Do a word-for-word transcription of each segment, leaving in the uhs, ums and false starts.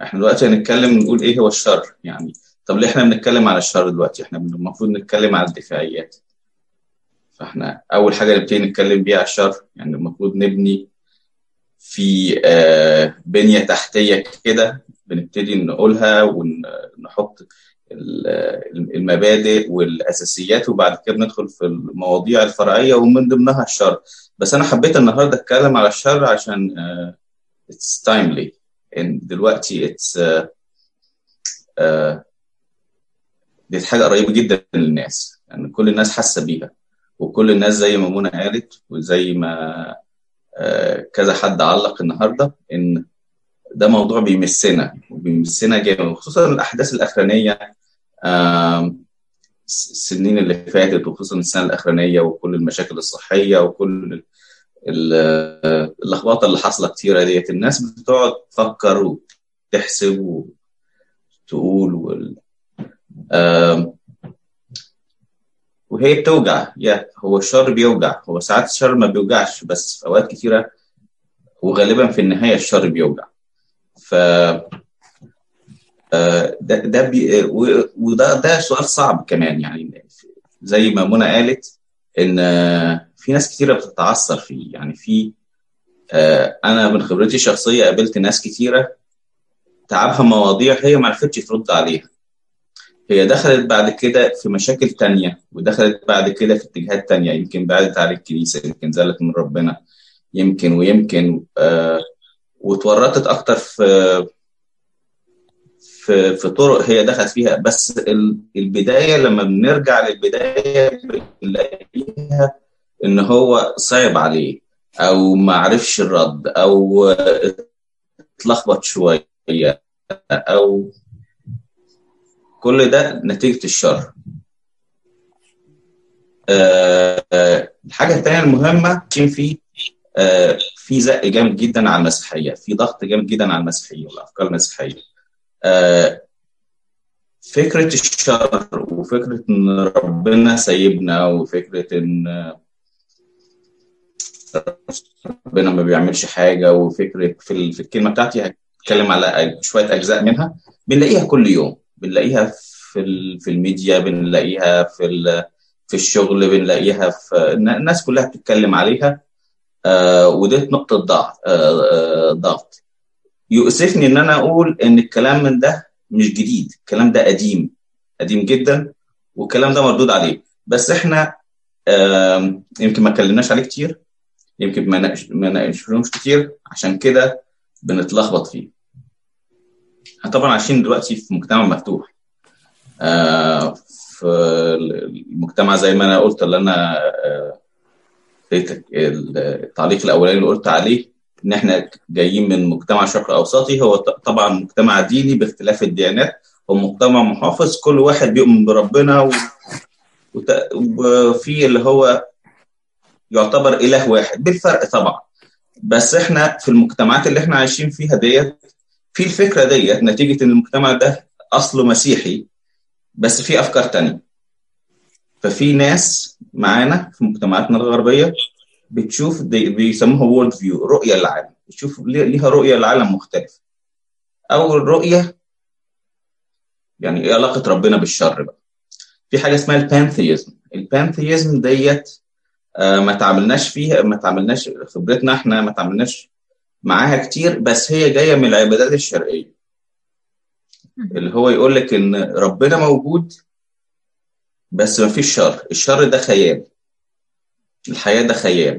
احنا دلوقتي هنتكلم نقول ايه هو الشر يعني. طب ليه احنا بنتكلم على الشر دلوقتي؟ احنا المفروض نتكلم على الدفاعيات. فاحنا اول حاجه نبتدي نتكلم بيها على الشر، يعني المفروض نبني في آه بنيه تحتيه كده، بنبتدي نقولها ونحط المبادئ والاساسيات، وبعد كده بندخل في المواضيع الفرعيه ومن ضمنها الشر. بس انا حبيت النهارده اتكلم على الشر عشان آه it's timely، ان دلوقتي it's uh, uh, دي حاجه قريبه جدا للناس، يعني كل الناس حاسه بيها، وكل الناس زي ما منى قالت وزي ما uh, كذا حد علق النهارده ان ده موضوع بيمسنا وبيمسنا جامد، خصوصا الاحداث الاخرانيه، uh, السنين اللي فاتت، وخصوصا السنه الاخرانيه، وكل المشاكل الصحيه وكل اللخبطه اللي حاصله كتيره ديت. الناس بتقعد تفكر وتحسب وتقول وال... آه... وهي بتوجع. يا هو الشر بيوجع، هو ساعات الشر ما بيوجعش، بس في اوقات كتيره وغالبا في النهايه الشر بيوجع. ف آه... ده ده بي... وده ده سؤال صعب كمان، يعني زي ما منى قالت ان في ناس كتيره بتتعثر فيه. يعني في آه... انا من خبرتي الشخصيه قابلت ناس كتيره تعبها مواضيع هي ما عرفتش ترد عليها، هي دخلت بعد كده في مشاكل تانية، ودخلت بعد كده في اتجاهات تانية، يمكن بعدت عن الكنيسة، يمكن زالت من ربنا، يمكن ويمكن آه وتورطت أكتر في في في طرق هي دخلت فيها. بس البداية لما بنرجع للبداية بنلاقيها إن هو صعب عليه، أو ما عرفش الرد، أو اتلخبط شوية، أو كل ده نتيجة الشر. أه أه الحاجة الثانية المهمة كان في أه في زق جامد جدا على المسيحية، في ضغط جامد جدا على المسيحية والأفكار المسيحية. أه فكرة الشر، وفكرة إن ربنا سايبنا، وفكرة إن ربنا ما بيعملش حاجة، وفكرة في, في الكلمة بتاعتي هتكلم على شوية أجزاء منها بنلاقيها كل يوم، بنلاقيها في في الميديا، بنلاقيها في في الشغل، بنلاقيها في الناس كلها بتتكلم عليها. آه وديت نقطة ضعف آه آه ضغط. يؤسفني ان انا اقول ان الكلام من ده مش جديد، الكلام ده قديم قديم جدا، والكلام ده مردود عليه، بس احنا آه يمكن ما اتكلمناش عليه كتير، يمكن ما ناقشناهوش كتير، عشان كده بنتلخبط فيه. احنا طبعا عايشين دلوقتي في مجتمع مفتوح. آه في المجتمع زي ما انا قلت، اللي انا آه التعليق الاولاني اللي قلت عليه، ان احنا جايين من مجتمع شرق اوسطي، هو طبعا مجتمع ديني باختلاف الديانات، هو مجتمع محافظ، كل واحد بيؤمن بربنا، و... وت... وفي اللي هو يعتبر اله واحد بالفرق طبعا. بس احنا في المجتمعات اللي احنا عايشين فيها ديت، في الفكره ديت نتيجه ان المجتمع ده اصله مسيحي، بس في افكار تانية. ففي ناس معانا في مجتمعاتنا الغربيه بتشوف بيسموها وورد فيو، رؤيه للعالم، بتشوف ليها رؤيه للعالم مختلفه. اول رؤيه يعني ايه علاقه ربنا بالشر بقى؟ في حاجه اسمها البانثيزم. البانثيزم ديت آه ما تعاملناش فيها، ما تعاملناش خبرتنا احنا ما تعاملناش معاها كتير، بس هي جايه من العبادات الشرقيه، اللي هو يقول لك ان ربنا موجود بس ما فيش شر، الشر ده خيال، الحياه ده خيال.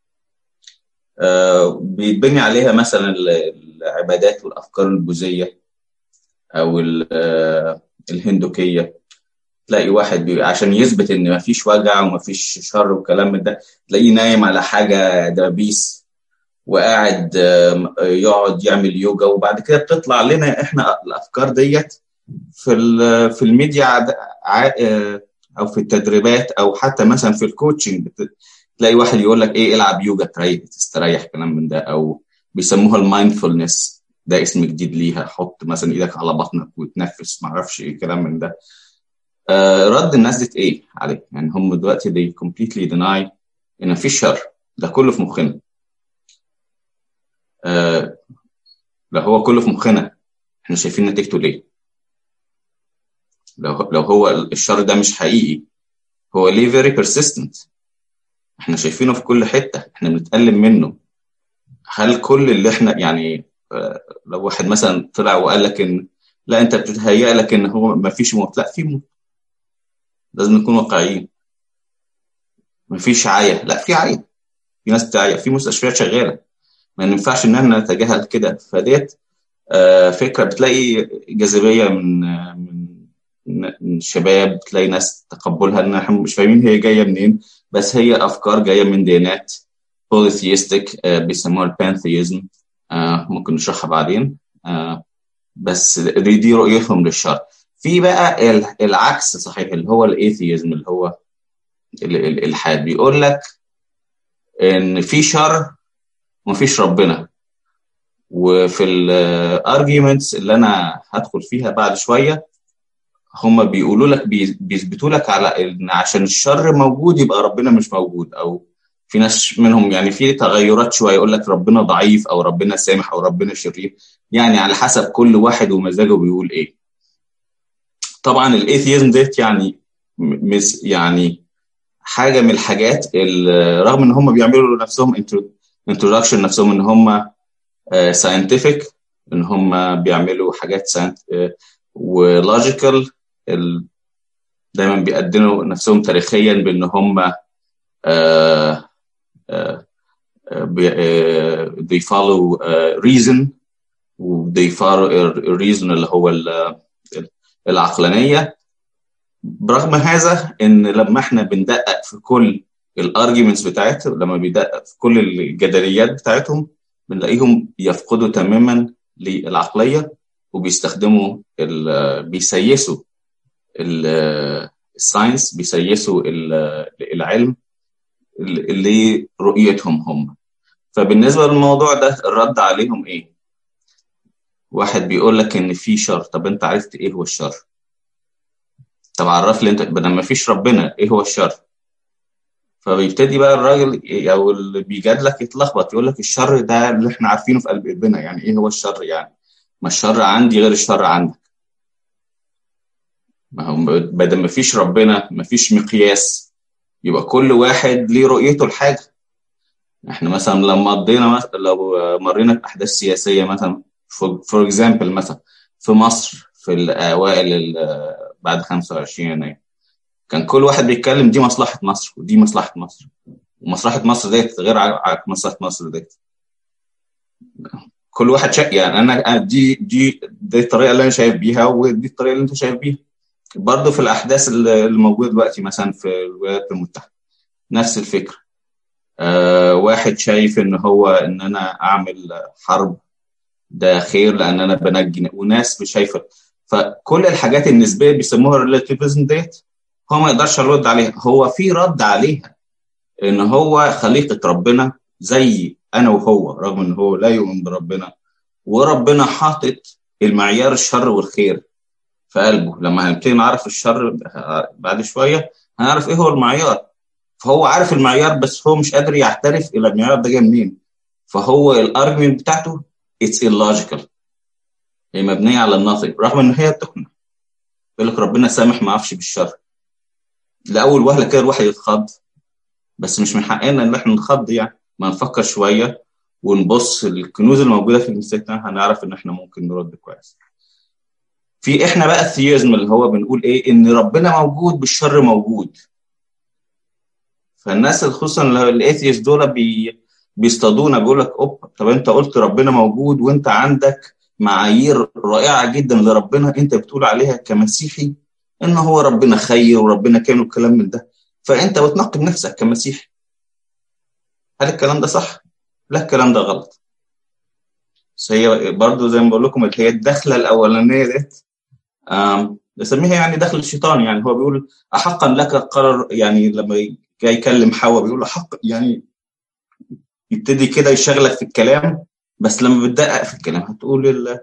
آه بيتبني عليها مثلا العبادات والافكار البوذيه او الهندوكيه. تلاقي واحد بي... عشان يثبت ان مفيش وجع ومفيش شر والكلام من ده، تلاقيه نايم على حاجه دبابيس وقاعد يقعد يعمل يوجا، وبعد كده بتطلع لنا احنا الافكار ديت في في الميديا او في التدريبات، او حتى مثلا في الكوتشنج. تلاقي واحد يقول لك ايه، العب يوجا تريح تستريح، كلام من ده، او بيسموها المايندفولنس، ده اسم جديد ليها، حط مثلا ايدك على بطنك وتنفس، ما اعرفش ايه كلام من ده. آه رد الناس دي ايه عليه؟ يعني هم دلوقتي they completely deny ان مفيش شر، ده كله في مخنا. آه ده هو كله في مخنا، احنا شايفين نتيجته ليه؟ لو لو هو الشر ده مش حقيقي، هو ليه very persistent؟ احنا شايفينه في كل حتة، احنا بنتألم منه. هل كل اللي احنا يعني آه، لو واحد مثلا طلع وقال لك ان لا انت بتتهيأ لك ان هو ما فيش موت، لا في موت، لازم نكون واقعيين. ما فيش عيا، لا في عيا، في ناس تعيا، في مستشفيات شغالة، ما ينفعش ان احنا نتجاهل كده. فديت آه، فكرة بتلاقي جاذبية من آه، من من الشباب، بتلاقي ناس تقبلها، ان احنا مش فاهمين هي جاية منين، بس هي افكار جاية من ديانات بوليثيستيك بيسموها البانثيزم. آه، ممكن نشرحها بعدين. آه، بس دي دي رؤيتهم للشر. في بقى ال- العكس صحيح، اللي هو الايثيزم، اللي هو ال- ال- الالحاد، بيقول لك ان في شر ومفيش ربنا. وفي الارجيومنتس اللي انا هدخل فيها بعد شويه، هم بيقولوا لك بي- بيثبتوا لك على ان عشان الشر موجود يبقى ربنا مش موجود. او في ناس منهم يعني في تغيرات شويه، يقول لك ربنا ضعيف او ربنا سامح او ربنا شرير، يعني على حسب كل واحد ومزاجه بيقول ايه. طبعا الايثيزم ديت يعني مس يعني حاجه من الحاجات اللي رغم ان هم بيعملوا لنفسهم انترودكشن نفسهم ان هم ساينتفك، ان هم بيعملوا حاجات ولوجيكال، دايما بيقدموا نفسهم تاريخيا بان هم آه، آه، بي- آه، they follow آه، reason، و they follow reason اللي هو ال- العقلانية. برغم هذا ان لما احنا بندقق في كل الارجيومنتس بتاعتهم، لما بيدقق في كل الجدليات بتاعتهم، بنلاقيهم يفقدوا تماما للعقلية، وبيستخدموا ال- بيسيسوا ال- الساينس، بيسيسوا ال- العلم لرؤيتهم هم. فبالنسبة للموضوع ده الرد عليهم ايه؟ واحد بيقول لك ان في شر، طب انت عرفت ايه هو الشر؟ طب عرف لي انت، بدل ما فيش ربنا ايه هو الشر؟ فبيبتدي بقى الراجل او اللي بيجادلك يتلخبط، يقول لك الشر ده اللي احنا عارفينه في قلب قلبنا، يعني ايه هو الشر يعني؟ ما الشر عندي غير الشر عندك. ما هو بدل ما فيش ربنا ما فيش مقياس، يبقى كل واحد ليه رؤيته الحاجة. احنا مثلا لما قضينا مثلا لو مرينا باحداث سياسيه مثلا، فور اكزامبل مثلا في مصر في الاوائل ال- بعد خمسة وعشرين يناير، كان كل واحد بيتكلم دي مصلحه مصر ودي مصلحه مصر، ومصلحه مصر ديت غير على مصلحه مصر ديت. كل واحد شا... يعني انا أنا دي دي دي الطريقه اللي انا شايف بيها، ودي الطريقه اللي انت شايف بيها. برضه في الاحداث اللي اللي موجوده دلوقتي مثلا في الولايات المتحده نفس الفكره. آه واحد شايف ان هو ان انا اعمل حرب ده خير لان انا بنجي، وناس مش شايفه. فكل الحاجات النسبيه بيسموها الريلاتيفيزم ديت، هو ما يقدرش يرد عليها. هو في رد عليها ان هو خليقه ربنا زي انا وهو، رغم ان هو لا يؤمن بربنا، وربنا حاطط المعيار الشر والخير في قلبه. لما هنبتدي نعرف الشر بعد شويه هنعرف ايه هو المعيار. فهو عارف المعيار بس هو مش قادر يعترف الى المعيار ده جاي منين. فهو الارجيومنت بتاعته it's illogical، هي مبنيه على النظر، رغم ان هي بتقنع. يقول لك ربنا سامح ما عرفش بالشر. لاول وهله كده الواحد يتخض، بس مش من حقنا ان احنا نتخض، يعني ما نفكر شويه ونبص الكنوز الموجوده في المسكتة، هنعرف ان احنا ممكن نرد كويس. في احنا بقى الثيزم اللي هو بنقول ايه، ان ربنا موجود بالشر موجود. فالناس خصوصا الاثيست دول بي بيصطادونا، بيقول لك اوب، طب انت قلت ربنا موجود وانت عندك معايير رائعه جدا لربنا انت بتقول عليها كمسيحي ان هو ربنا خير وربنا كان والكلام من ده، فانت بتناقض نفسك كمسيحي. هل الكلام ده صح؟ لا، الكلام ده غلط. بس هي برضه زي ما بقول لكم، هي الدخله الاولانيه ديت بسميها يعني دخل الشيطان. يعني هو بيقول احقا لك قرر، يعني لما جاي يكلم حواء بيقول له حق، يعني يبتدي كده يشغلك في الكلام. بس لما بتدقق في الكلام هتقول ال...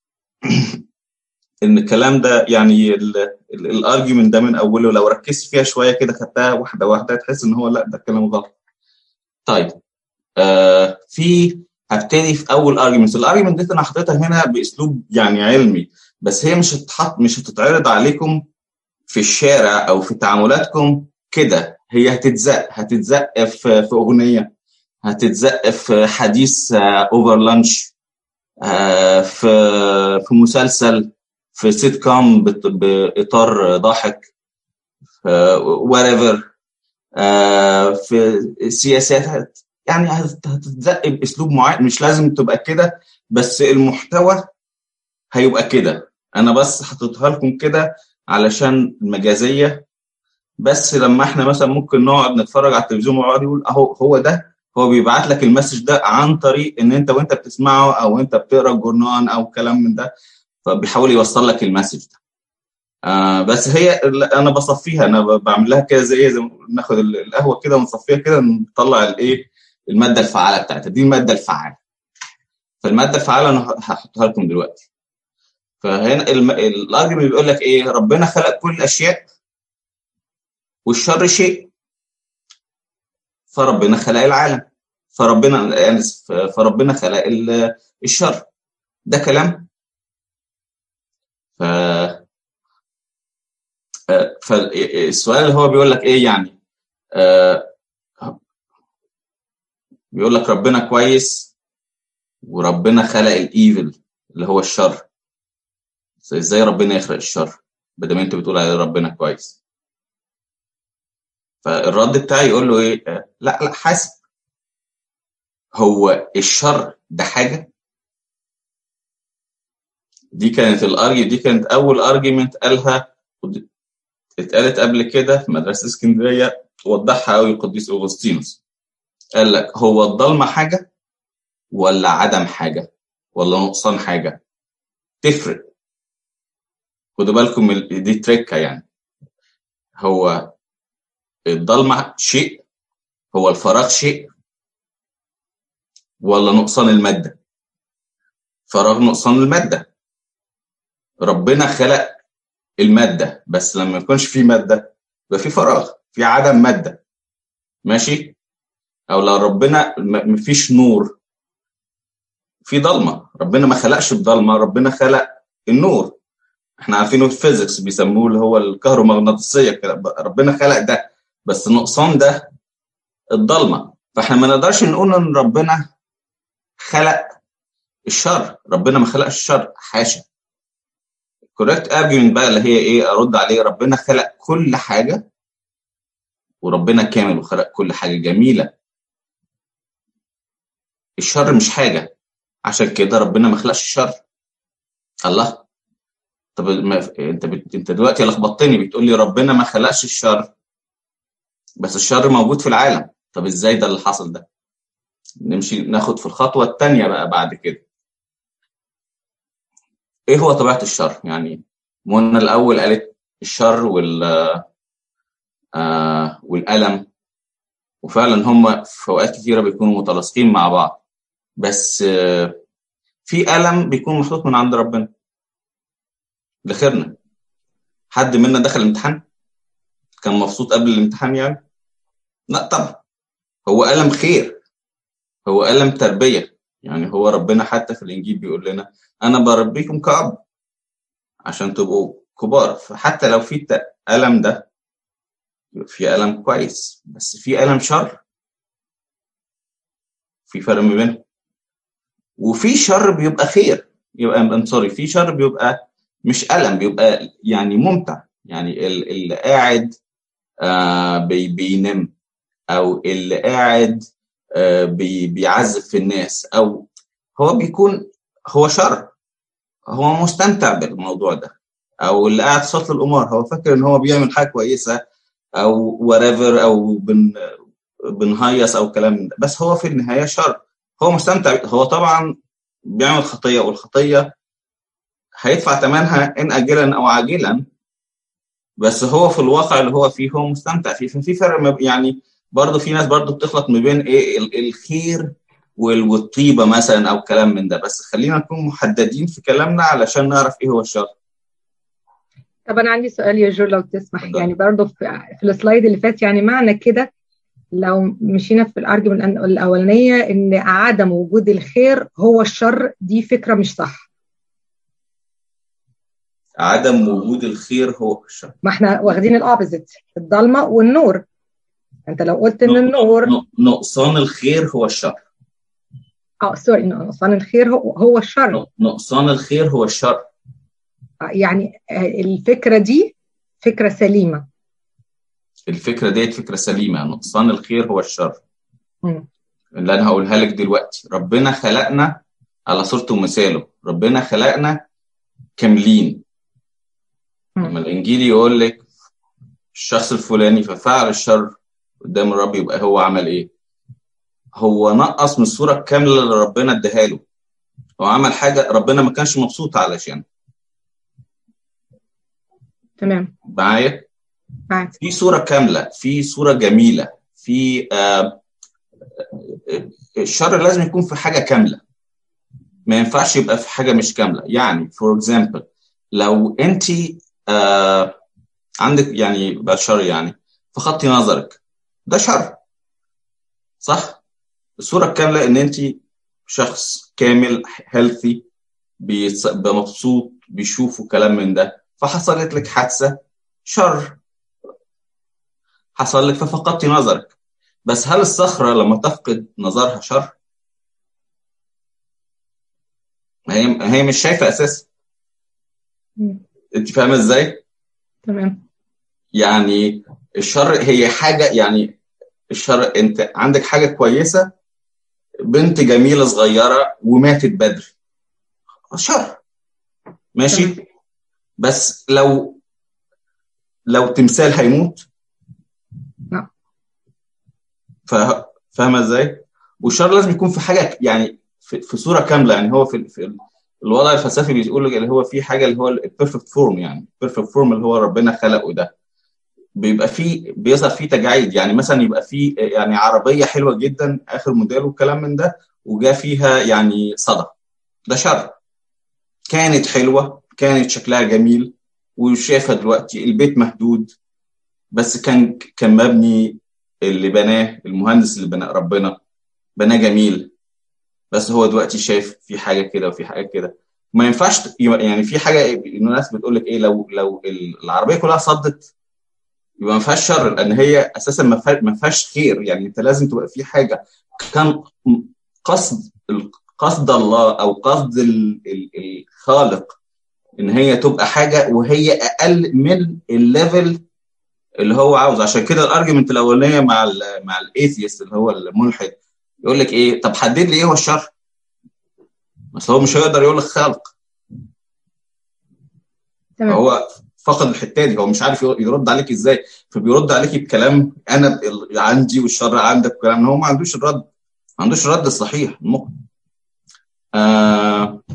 ان الكلام ده يعني الارجيومنت ده من اوله لو ركزت فيها شويه كده خدتها واحده واحده تحس ان هو لا، ده كلام غلط. طيب آه في هبتدي في اول ارجيومنت. الارجيومنت دي انا حطيتها هنا باسلوب يعني علمي، بس هي مش هتتحط مش هتتعرض عليكم في الشارع او في تعاملاتكم كده. هي هتتزق هتتزق في في اغنيه، هتتزق في حديث اوفر لانش، في في مسلسل، في سيت كوم باطار ضاحك، whatever، في سياسات. يعني هتتزق باسلوب معين، مش لازم تبقى كده، بس المحتوى هيبقى كده. انا بس حطيتها لكم كده علشان المجازيه. بس لما احنا مثلا ممكن نقعد نتفرج على التلفزيون ويقعد يقول اهو هو ده، هو بيبعت لك المسج ده عن طريق ان انت وانت بتسمعه او انت بتقرا الجورنال او كلام من ده، فبيحاول يوصل لك المسج ده. آه بس هي انا بصفيها، انا بعمل لها كده زي زي ناخد القهوه كده ونصفيها كده، نطلع الايه الماده الفعاله بتاعتها. دي الماده الفعاله. فالماده الفعاله انا هحطها لكم دلوقتي. فهنا الارجيومنت بيقول لك ايه؟ ربنا خلق كل الاشياء والشر شيء، فربنا خلق العالم، فربنا يعني فربنا خلق الشر. ده كلام. ف فالسؤال اللي هو بيقول لك ايه يعني؟ آه بيقول لك ربنا كويس وربنا خلق الايفل اللي هو الشر. ازاي ربنا يخلق الشر بدل ما انت بتقول على ربنا كويس؟ فالرد بتاعي يقول له ايه؟ آه لا لا حاسب. هو الشر ده حاجه؟ دي كانت الارجي دي كانت اول ارجيومنت قالها، اتقالت قبل كده في مدرسه اسكندريه، وضحها قوي القديس اغسطينوس. قال لك هو الضلمه حاجه ولا عدم حاجه ولا نقصان حاجه؟ تفرق. خدوا بالكم دي تريكه يعني. هو الضلمه شيء، هو الفراغ شيء، ولا نقصان الماده؟ فراغ نقصان الماده. ربنا خلق الماده، بس لما يكونش في ماده يبقى في فراغ، في عدم ماده. ماشي؟ او لو ربنا مفيش نور في ضلمه. ربنا ما خلقش بضلمه، ربنا خلق النور. احنا عارفينه الفيزيكس بيسموه اللي هو الكهرومغناطيسيه. ربنا خلق ده، بس نقصان ده الضلمه. فاحنا ما نقدرش نقول ان ربنا خلق الشر. ربنا ما خلقش الشر، حاشا. كوريكت ارجيومنت بقى اللي هي ايه ارد عليه؟ ربنا خلق كل حاجه، وربنا كامل وخلق كل حاجه جميله. الشر مش حاجه، عشان كده ربنا ما خلقش الشر. الله. طب ما انت بت... انت دلوقتي لخبطتني، بتقول لي ربنا ما خلقش الشر بس الشر موجود في العالم. طب ازاي ده اللي حصل ده؟ نمشي ناخد في الخطوه الثانيه بقى بعد كده. ايه هو طبيعه الشر؟ يعني منى الاول قالت الشر وال آه والالم، وفعلا هم في اوقات كثيره بيكونوا متلاصقين مع بعض. بس آه في الم بيكون محطوط من عند ربنا لخيرنا. حد منا دخل الامتحان كان مبسوط قبل الامتحان يعني؟ لا طبعا. هو الم خير، هو الم تربيه. يعني هو ربنا حتى في الانجيل بيقول لنا انا بربيكم كأب عشان تبقوا كبار. فحتى لو في الم ده في الم كويس، بس في الم شر، في فرق ما بينهم. وفي شر بيبقى خير، يبقى ام سوري في شر بيبقى مش الم، بيبقى يعني ممتع. يعني اللي قاعد آه بي بينام، او اللي قاعد آه بي بيعذب في الناس، او هو بيكون هو شر، هو مستمتع بالموضوع ده. او اللي قاعد صوت القمار هو فاكر ان هو بيعمل حاجه كويسه، او whatever، او بن بنهيص او كلام من ده، بس هو في النهايه شر. هو مستمتع. هو طبعا بيعمل خطيه، والخطيه هيدفع ثمنها ان اجلا او عاجلا، بس هو في الواقع اللي هو فيه هو مستمتع فيه. ففي فرق يعني. برضه في ناس برضه بتخلط ما بين ايه الخير والطيبه مثلا او كلام من ده. بس خلينا نكون محددين في كلامنا علشان نعرف ايه هو الشر. طب انا عندي سؤال يا جو لو تسمح. يعني برضه في, في السلايد اللي فات، يعني معنى كده لو مشينا في الارجيومنت الاولانيه ان عدم وجود الخير هو الشر، دي فكره مش صح. عدم وجود الخير هو الشر. ما احنا واخدين الاوبوزيت، الضلمه والنور. انت لو قلت ان النور نقصان الخير هو الشر. اه سوري، نقصان الخير هو هو الشر. نقصان الخير هو الشر. يعني الفكره دي فكره سليمه. الفكره ديت فكره سليمه، نقصان الخير هو الشر. م. اللي انا هقولها لك دلوقتي، ربنا خلقنا على صورته ومثاله، ربنا خلقنا كاملين. لما الانجيل يقول لك الشخص الفلاني ففعل الشر قدام الرب، يبقى هو عمل ايه؟ هو نقص من الصوره الكامله اللي ربنا اداها له، هو عمل حاجه ربنا ما كانش مبسوط علشان. تمام معايا؟ معاك. في صوره كامله، في صوره جميله، في آه الشر لازم يكون في حاجه كامله، ما ينفعش يبقى في حاجه مش كامله. يعني فور اكزامبل، لو انت آه عندك يعني بقى شر، يعني فخدتي نظرك، ده شر صح؟ الصوره الكامله ان انت شخص كامل هيلثي، بيبقى مبسوط، بيشوفوا كلام من ده، فحصلت لك حادثه، شر حصل لك ففقدتي نظرك. بس هل الصخره لما تفقد نظرها شر؟ هي هي مش شايفه اساسا. انت فاهمه ازاي؟ تمام. يعني الشر هي حاجه، يعني الشر انت عندك حاجه كويسه، بنت جميله صغيره وماتت بدري، شر ماشي. تمام. بس لو لو تمثال هيموت، لا. فاهمه ازاي؟ والشر لازم يكون في حاجه، يعني في, في صوره كامله. يعني هو في, في الوضع الفلسفي بيقول لك اللي هو في حاجه اللي هو البيرفكت فورم، يعني البيرفكت فورم اللي هو ربنا خلقه ده بيبقى فيه، بيظهر فيه تجاعيد. يعني مثلا يبقى فيه يعني عربيه حلوه جدا اخر موديل والكلام من ده، وجا فيها يعني صدى، ده شر. كانت حلوه، كانت شكلها جميل، وشايفها دلوقتي البيت مهدود، بس كان كان مبني، اللي بناه المهندس اللي بناه ربنا بناه جميل، بس هو دلوقتي شايف في حاجه كده وفي حاجه كده. ما ينفعش يعني في حاجه الناس بتقول لك ايه، لو لو العربيه كلها صدت يبقى ما فيهاش شر، لان هي اساسا ما فيهاش خير. يعني انت لازم تبقى في حاجه كان قصد قصد الله او قصد الخالق ان هي تبقى حاجه وهي اقل من الليفل اللي هو عاوز. عشان كده الارجيومنت الاولانيه مع ال مع الايثيست اللي هو الملحد يقول لك ايه، طب حدد لي ايه هو الشر، بس هو مش هيقدر يقول لك خالق. تمام. هو فقد الحته دي، هو مش عارف يرد عليك ازاي، فبيرد عليك بكلام انا عندي والشر عندك، وكلام هو ما عندوش الرد، ما عندوش الرد الصحيح المقنع. آه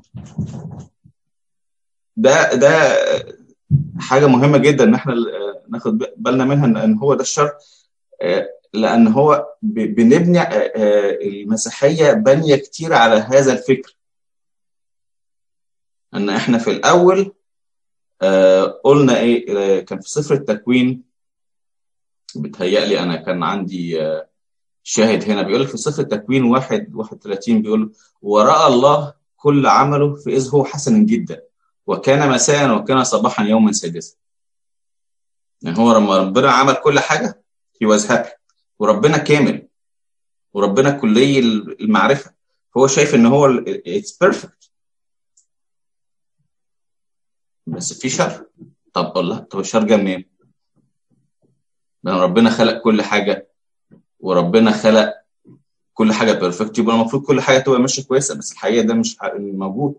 ده ده حاجه مهمه جدا ان احنا ناخد بالنا منها، ان هو ده الشر. لان هو بنبني المسيحيه بنيه كتير على هذا الفكر، ان احنا في الاول قلنا ايه، كان في سفر التكوين بتهيألي انا كان عندي شاهد هنا بيقول في سفر التكوين واحد واحد وثلاثين بيقول ورأى الله كل عمله فإذ هو حسن جدا، وكان مساء وكان صباحا يوما سادسا. يعني هو لما ربنا عمل كل حاجة he was happy، وربنا كامل، وربنا كلي المعرفة، هو شايف ان هو it's perfect. بس في شر. طب الله، طب الشر جه منين؟ لما ربنا خلق كل حاجة وربنا خلق كل حاجة بيرفكت، يبقى المفروض كل حاجة تبقى ماشية كويسة، بس الحقيقة ده مش موجود.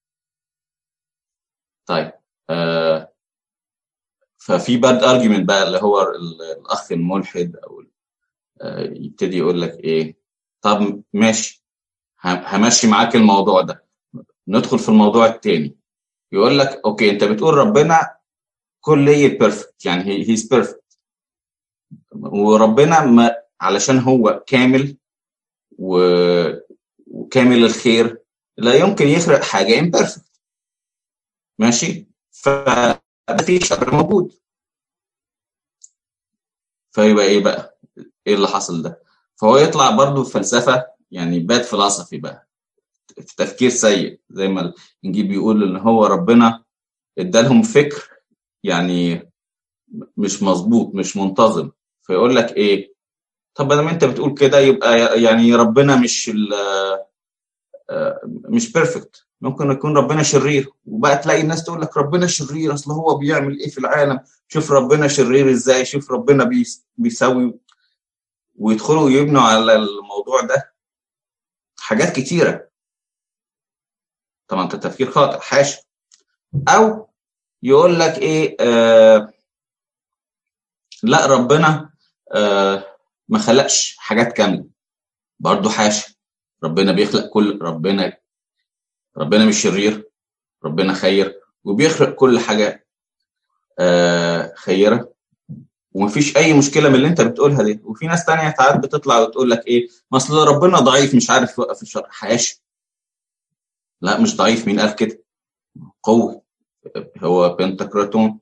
طيب آه ففي باد ارجيومنت بقى اللي هو الاخ الملحد او آه يبتدي يقول لك ايه، طب ماشي همشي معاك الموضوع ده، ندخل في الموضوع الثاني. يقول لك اوكي انت بتقول ربنا كلي بيرفكت، يعني هيز بيرفكت، وربنا ما علشان هو كامل و... وكامل الخير لا يمكن يخلق حاجه امبيرفكت، ماشي؟ ففي شر موجود، فيبقى ايه بقى ايه اللي حصل ده. فهو يطلع برضو فلسفه، يعني باد فلسفي بقى، في تفكير سيء، زي ما الانجيل بيقول ان هو ربنا ادالهم فكر يعني مش مظبوط مش منتظم. فيقول لك ايه، طب ما انت بتقول كده يبقى يعني ربنا مش مش بيرفكت، ممكن يكون ربنا شرير. وبقى تلاقي الناس تقول لك ربنا شرير، اصل هو بيعمل ايه في العالم، شوف ربنا شرير ازاي، شوف ربنا بيسوي، ويدخلوا يبنوا على الموضوع ده حاجات كتيرة. طبعا ده تفكير خاطئ حاشا. او يقول لك ايه، آه لا ربنا آه ما خلقش حاجات كاملة، برضو حاشا. ربنا بيخلق كل ربنا ربنا مش شرير، ربنا خير وبيخلق كل حاجة آه خيرة، ومفيش اي مشكله من اللي انت بتقولها دي. وفي ناس تانية ساعات بتطلع وتقول لك ايه، ما اصل ربنا ضعيف مش عارف يوقف الشر. حاشا، لا مش ضعيف، مين قال كده؟ قوي، هو بنتكراتون.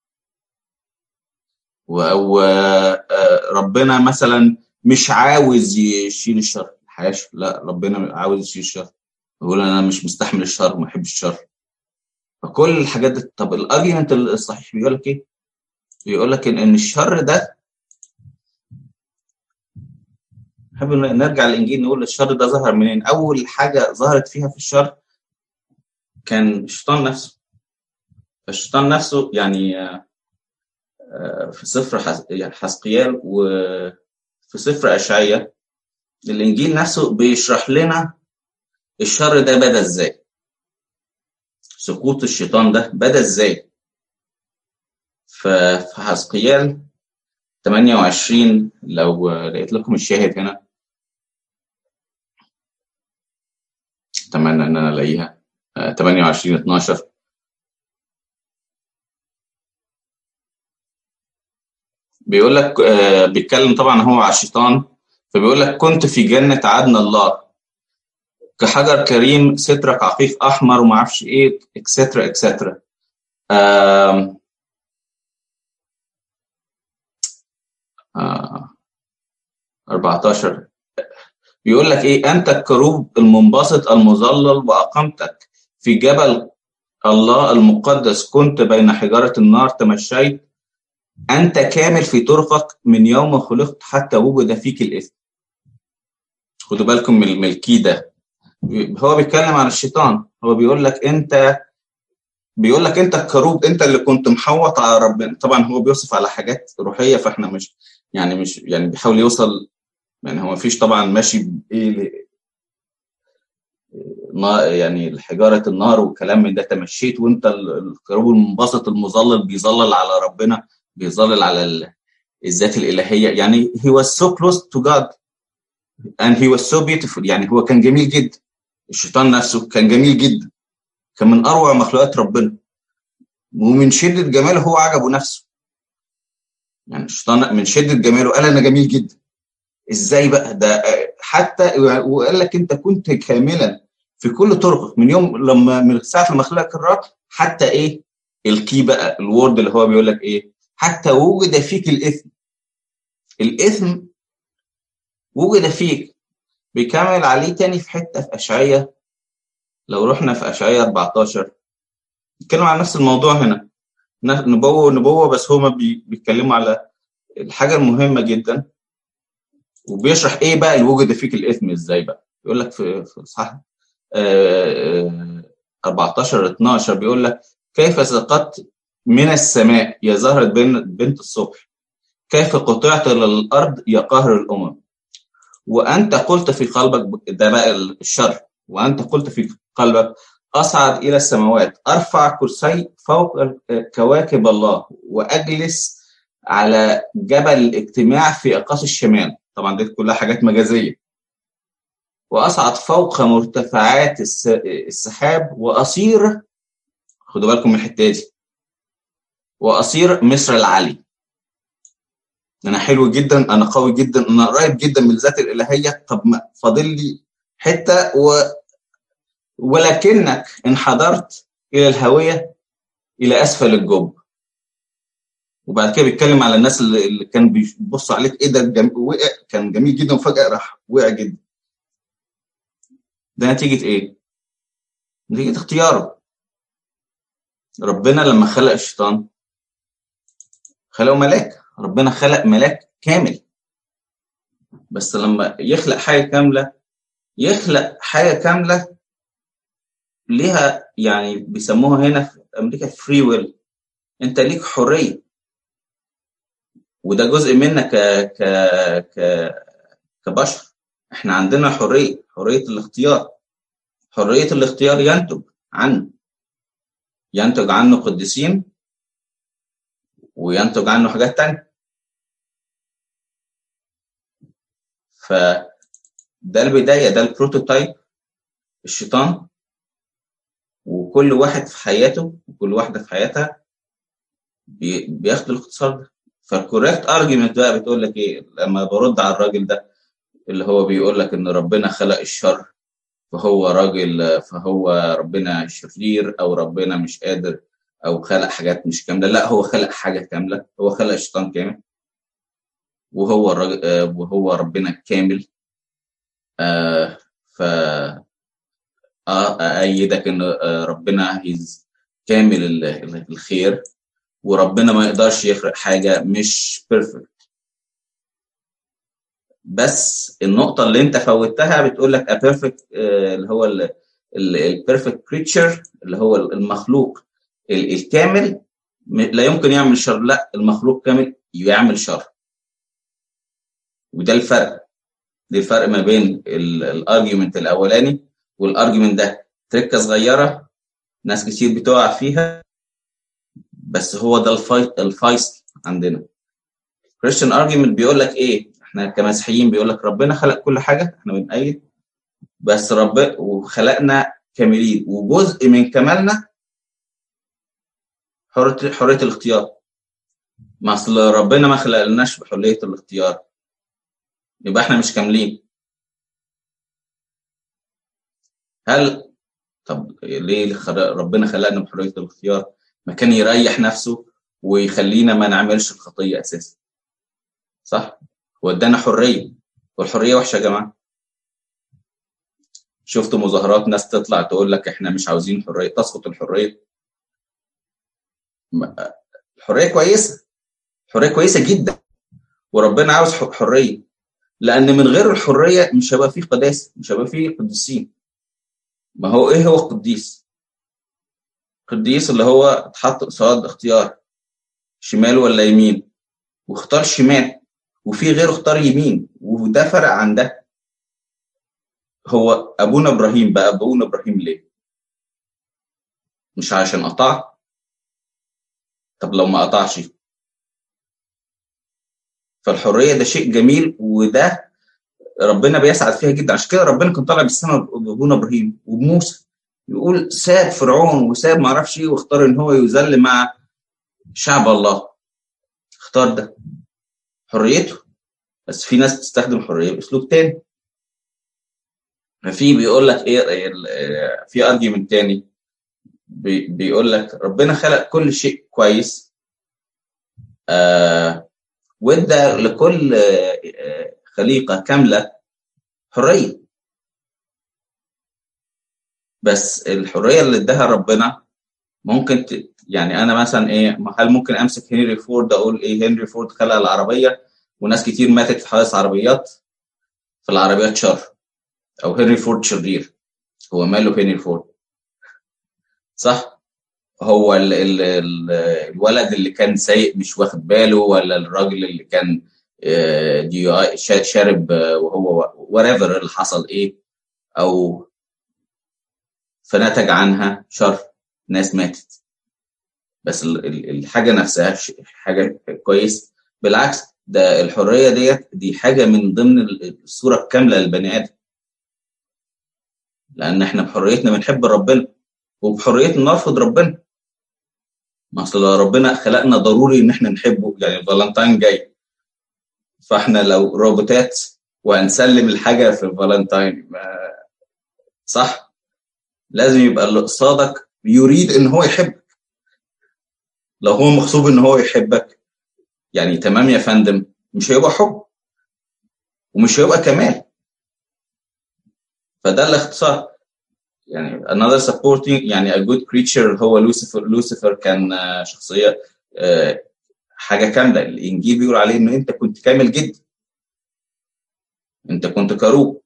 او ربنا مثلا مش عاوز يشيل الشر. حاشا، لا ربنا عاوز يشيل الشر، يقول انا مش مستحمل الشر وما بحبش الشر. فكل الحاجات دي. طب الارجيومنت الصحيح بيقول لك ايه؟ بيقول لك ان الشر ده، نحب نرجع للإنجيل نقول الشر ده ظهر منين. أول حاجة ظهرت فيها في الشر كان الشيطان نفسه. الشيطان نفسه يعني في سفر حزقيال وفي سفر أشعياء، الإنجيل نفسه بيشرح لنا الشر ده بدأ إزاي، سقوط الشيطان ده بدأ إزاي. في حزقيال ثمانية وعشرين، لو لقيت لكم الشاهد هنا أتمنى إن أنا ألاقيها، ثمانية وعشرين اثناشر. بيقول لك آه بيتكلم طبعا هو على الشيطان، فبيقول لك كنت في جنة عدن الله كحجر كريم سترك عقيق احمر وما اعرفش ايه اكسترا اكسترا. آه آه أربعتاشر بيقول لك ايه، انت الكروب المنبسط المظلل واقامتك في جبل الله المقدس، كنت بين حجارة النار تمشيت، انت كامل في طرقك من يوم خلقت حتى وجد فيك الاثم. خدوا بالكم من الملكي ده، هو بيتكلم عن الشيطان. هو بيقول لك انت بيقول لك انت الكروب، انت اللي كنت محوط على ربنا. طبعا هو بيوصف على حاجات روحيه، فاحنا مش يعني مش يعني بيحاول يوصل، يعني هو مفيش طبعا ماشي بايه يعني الحجاره النار والكلام من ده، تمشيت وانت الكروب المنبسط المظلل بيظلل على ربنا، بيظلل على الذات الالهيه. يعني he was so close to God and he was so beautiful. يعني هو كان جميل جدا، الشيطان نفسه كان جميل جدا، كان من اروع مخلوقات ربنا، ومن شده جماله هو عجبه نفسه. يعني الشيطان من شده جماله قال انا جميل جدا. ازاي بقى ده؟ حتى وقال لك انت كنت كاملا في كل طرقك من يوم لما من ساعه لما خلقك الرب حتى ايه الكي بقى الوورد اللي هو بيقول لك ايه، حتى وجد فيك الاثم. الاثم وجد فيك. بيكمل عليه تاني في حته في اشعياء، لو رحنا في اشعياء أربعتاشر بيتكلم عن نفس الموضوع. هنا نبوه نبوه بس هما بيتكلموا على الحاجه المهمه جدا، وبيشرح ايه بقى الوجد فيك الاثم ازاي بقى. يقول لك في في اصحاح أربعتاشر اثناشر بيقول لك كيف سقطت من السماء يا زهرة بنت الصبح، كيف قطعت للارض يا قاهر الامم، وانت قلت في قلبك، ده بقى الشر، وانت قلت في قلبك اصعد الى السماوات، ارفع كرسي فوق كواكب الله، واجلس على جبل الاجتماع في اقاصي الشمال. طبعا دي كلها حاجات مجازيه. واصعد فوق مرتفعات السحاب، واصير، خدوا بالكم من الحته دي، واصير مصر العلي. انا حلو جدا، انا قوي جدا، انا قريب جدا من الذات الالهيه. طب ما فاضل لي حته و... ولكنك انحدرت الى الهويه الى اسفل الجب. وبعد كده بيتكلم على الناس اللي, اللي كان بيبص عليك ايه ده جم... وقع كان جميل جدا وفجأة راح وقع جدا. ده نتيجة ايه؟ نتيجة اختياره. ربنا لما خلق الشيطان خلقه ملاك، ربنا خلق ملاك كامل، بس لما يخلق حاجة كاملة يخلق حاجة كاملة ليها يعني بيسموها هنا في أمريكا فري ويل، أنت ليك حرية، وده جزء منك ك ك ك كبشر. احنا عندنا حرية حرية الاختيار. حرية الاختيار ينتج عنه ينتج عنه قديسين، وينتج عنه حاجات تانية. فده البداية، ده البروتوتايب الشيطان، وكل واحد في حياته وكل واحدة في حياتها بياخد الاختصار ده. فالكوريكت ارجيومنت بقى بتقول لك ايه لما برد على الراجل ده اللي هو بيقول لك ان ربنا خلق الشر فهو راجل، فهو ربنا شرير او ربنا مش قادر او خلق حاجات مش كامله. لا، هو خلق حاجه كامله، هو خلق الشيطان كامل، وهو الراجل وهو ربنا كامل. آه ف ايدك ان ربنا هيز كامل الخير، وربنا ما يقدرش يخلق حاجه مش بيرفكت. بس النقطه اللي انت فوتها بتقول لك a perfect اللي هو البيرفكت كريتشر اللي هو المخلوق الكامل لا يمكن يعمل شر. لا، المخلوق كامل يعمل شر. وده الفرق ده الفرق ما بين الارجيومنت الاولاني والارجيومنت ده. تركه صغيره ناس كتير بتقع فيها، بس هو ده الفايت الفايصل عندنا. كريستيان ارجيومنت بيقول لك ايه؟ احنا كمسيحيين بيقول لك ربنا خلق كل حاجه، احنا بنأيد، بس رب وخلقنا كاملين، وجزء من كمالنا حريه حريه الاختيار. ما اصل ربنا ما خلقناش بحريه الاختيار يبقى احنا مش كاملين. هل طب ليه ربنا خلقنا بحريه الاختيار؟ ما كان يريح نفسه ويخلينا ما نعملش الخطيه اساسا، صح؟ وادانا حريه، والحريه وحشه يا جماعه. شفت مظاهرات ناس تطلع تقول لك احنا مش عاوزين حريه، تسقط الحريه. الحريه كويسه، حريه كويسه جدا، وربنا عاوز حريه، لان من غير الحريه مش هيبقى فيه قداسه، مش هيبقى فيه قديسين. ما هو ايه هو القديس؟ القديس اللي هو اتحط قصاد اختيار شمال ولا يمين، واختار شمال، وفي غيره اختار يمين، وده فرق عن ده. هو ابونا ابراهيم بقى ابونا ابراهيم ليه؟ مش عشان قطع؟ طب لو ما قطعش؟ فالحريه ده شيء جميل، وده ربنا بيسعد فيها جدا. عشان كده ربنا كان طالع بالسماء بابونا ابراهيم وبموسى، يقول ساب فرعون وساب ما اعرفش ايه، واختار ان هو يذل مع شعب الله. اختار ده، حريته. بس في ناس تستخدم حريه باسلوب تاني. ففي بيقول لك ايه، في ارجيومنت تاني بيقول لك ربنا خلق كل شيء كويس، آه وادى لكل آه خليقه كامله حريه. بس الحريه اللي اداها ربنا ممكن ت... يعني انا مثلا ايه، هل ممكن امسك هنري فورد اقول ايه هنري فورد خلق العربيه وناس كتير ماتت في حوادث عربيات، في العربيات شر، او هنري فورد شرير؟ هو ماله هنري فورد؟ صح؟ هو ال ال ال الولد اللي كان سايق مش واخد باله، ولا الراجل اللي كان دي اي شارب وهو وريفر اللي حصل ايه، او فنتج عنها شر، ناس ماتت. بس الحاجه نفسها حاجه كويس. بالعكس، ده الحريه ديت دي حاجه من ضمن الصوره الكامله للبني ادم، لان احنا بحريتنا بنحب ربنا، وبحريتنا نرفض ربنا. ما اصل ربنا خلقنا ضروري ان احنا نحبه. يعني فالنتاين جاي، فاحنا لو روبوتات وهنسلم الحاجه في فالنتاين، صح؟ لازم يبقى اللي قصادك يريد ان هو يحبك. لو هو مغصوب ان هو يحبك يعني تمام يا فندم مش هيبقى حب ومش هيبقى كمال. فده الاختصار. يعني another supporting يعني a good creature هو لوسيفر. لوسيفر كان شخصية حاجة كاملة. الإنجيل بيقول عليه إن أنت كنت كامل جدا، أنت كنت كروب،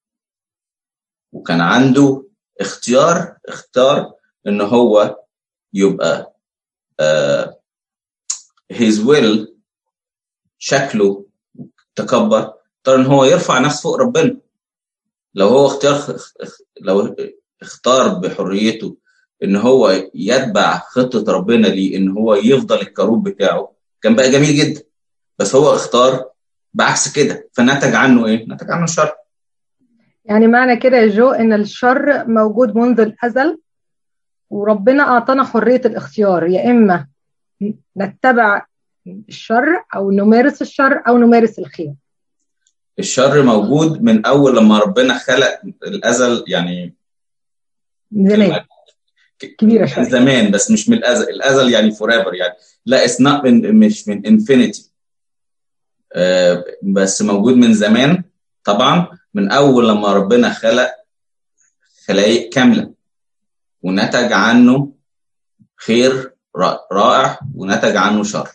وكان عنده اختيار اختار إن هو يبقى uh, his will شكله تكبر، اختار إن هو يرفع نفسه فوق ربنا. لو هو اختيار لو اختار بحريته ان هو يتبع خطة ربنا ليه ان هو يفضل الكروب بتاعه، كان بقى جميل جدا. بس هو اختار بعكس كده، فنتج عنه ايه؟ نتج عنه الشر. يعني معنى كده يا جو ان الشر موجود منذ الازل، وربنا اعطانا حرية الاختيار، يا اما نتبع الشر او نمارس الشر او نمارس الخير. الشر موجود من اول لما ربنا خلق الازل، يعني زمان كبيرة شوية. من زمان، بس مش من الازل. الازل يعني forever، يعني لا اسماء من مش من infinity. آه بس موجود من زمان طبعا، من اول لما ربنا خلق خلائق كاملة، ونتج عنه خير رائع ونتج عنه شر.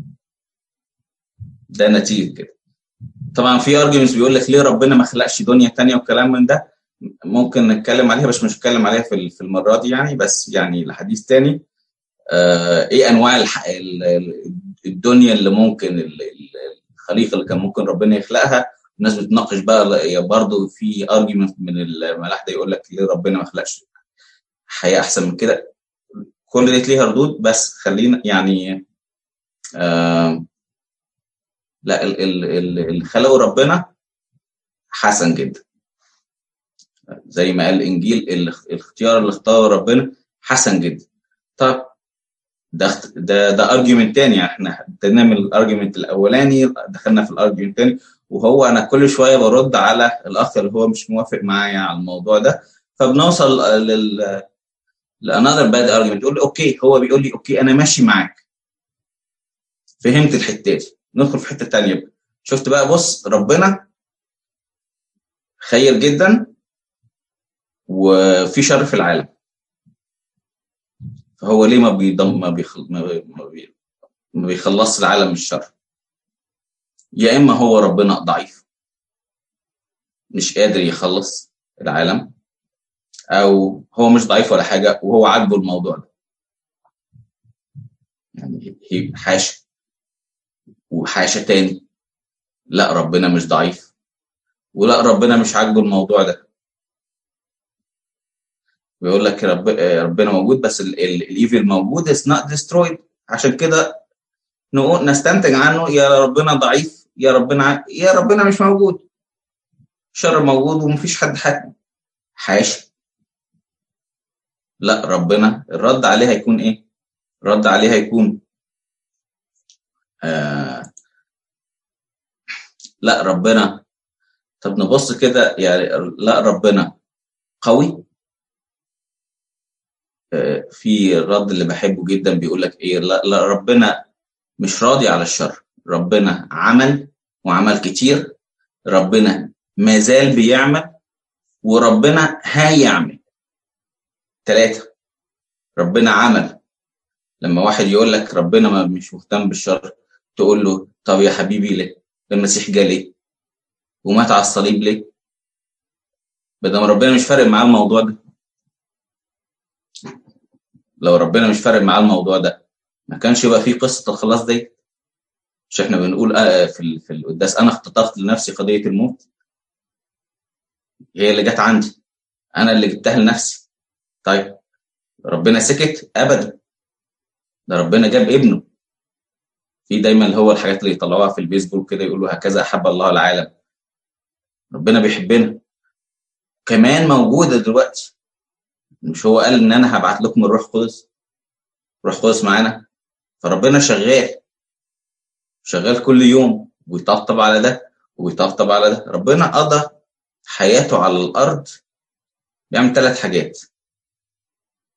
ده نتيجة كده. طبعا في ارجيومنتس بيقول لك ليه ربنا ما خلقش دنيا تانية وكلام من ده، ممكن نتكلم عليها بس مش هتكلم عليها في في المره دي يعني، بس يعني لحديث تاني. آه ايه انواع الدنيا اللي ممكن الخليقه اللي كان ممكن ربنا يخلقها. الناس بتناقش بقى برضه في ارجيومنت من الملاحده يقول لك ليه ربنا ما خلقش حياه احسن من كده. كل دي ليها ردود، بس خلينا يعني آه لا اللي خلقه ربنا حسن جدا زي ما قال الانجيل. الاختيار اللي اختاره ربنا حسن جدا. طب ده ده ده ارجيومنت تاني، يعني احنا ابتدينا من الارجيومنت الاولاني دخلنا في الارجيومنت الثاني، وهو انا كل شويه برد على الاخ اللي هو مش موافق معايا على الموضوع ده، فبنوصل لل لانذر باد ارجيومنت. يقول لي اوكي، هو بيقول لي اوكي انا ماشي معاك، فهمت الحته دي، ندخل في حته ثانيه. شفت بقى، بص ربنا خير جدا وفي شر في العالم، فهو ليه ما بيضم ما بيخل ما, بي... ما بيخلص العالم من الشر؟ يا اما هو ربنا ضعيف مش قادر يخلص العالم، او هو مش ضعيف ولا حاجه وهو عاجبه الموضوع ده. يعني هي حاشا وحاشا تاني، لا ربنا مش ضعيف ولا ربنا مش عاجبه الموضوع ده. بيقول لك رب... ربنا موجود بس الايفل موجود is not destroyed. عشان كده نقول نستنتج عنه يا ربنا ضعيف يا ربنا يا ربنا مش موجود، الشر موجود ومفيش حد حاكم. حاشا، لا ربنا الرد عليه هيكون ايه؟ الرد عليه هيكون آه لا ربنا، طب نبص كده يعني، لا ربنا قوي. آه في الرد اللي بحبه جدا بيقول لك ايه، لا, لا ربنا مش راضي على الشر، ربنا عمل وعمل كتير، ربنا ما زال بيعمل وربنا هيعمل. ثلاثة، ربنا عمل. لما واحد يقول لك ربنا ما مش مهتم بالشر، تقول له طب يا حبيبي ليه المسيح جه ليه ومات على الصليب ليه؟ بدل ما ربنا مش فارق معاه الموضوع ده. لو ربنا مش فارق معاه الموضوع ده ما كانش يبقى فيه قصة الخلاص دي. مش احنا بنقول آه في في القداس انا اختطفت لنفسي قضية الموت، هي اللي جت عندي، انا اللي جبتها لنفسي. طيب ربنا سكت؟ ابدا، ده ربنا جاب ابنه. في دايما اللي هو الحاجات اللي يطلعوها في البيسبول كده يقولوا هكذا احب الله العالم. ربنا بيحبنا كمان موجودة دلوقتي. مش هو قال ان انا هبعت لكم الروح القدس؟ الروح القدس معانا، فربنا شغال شغال كل يوم ويطبطب على ده ويطبطب على ده. ربنا قضى حياته على الارض بيعمل ثلاث حاجات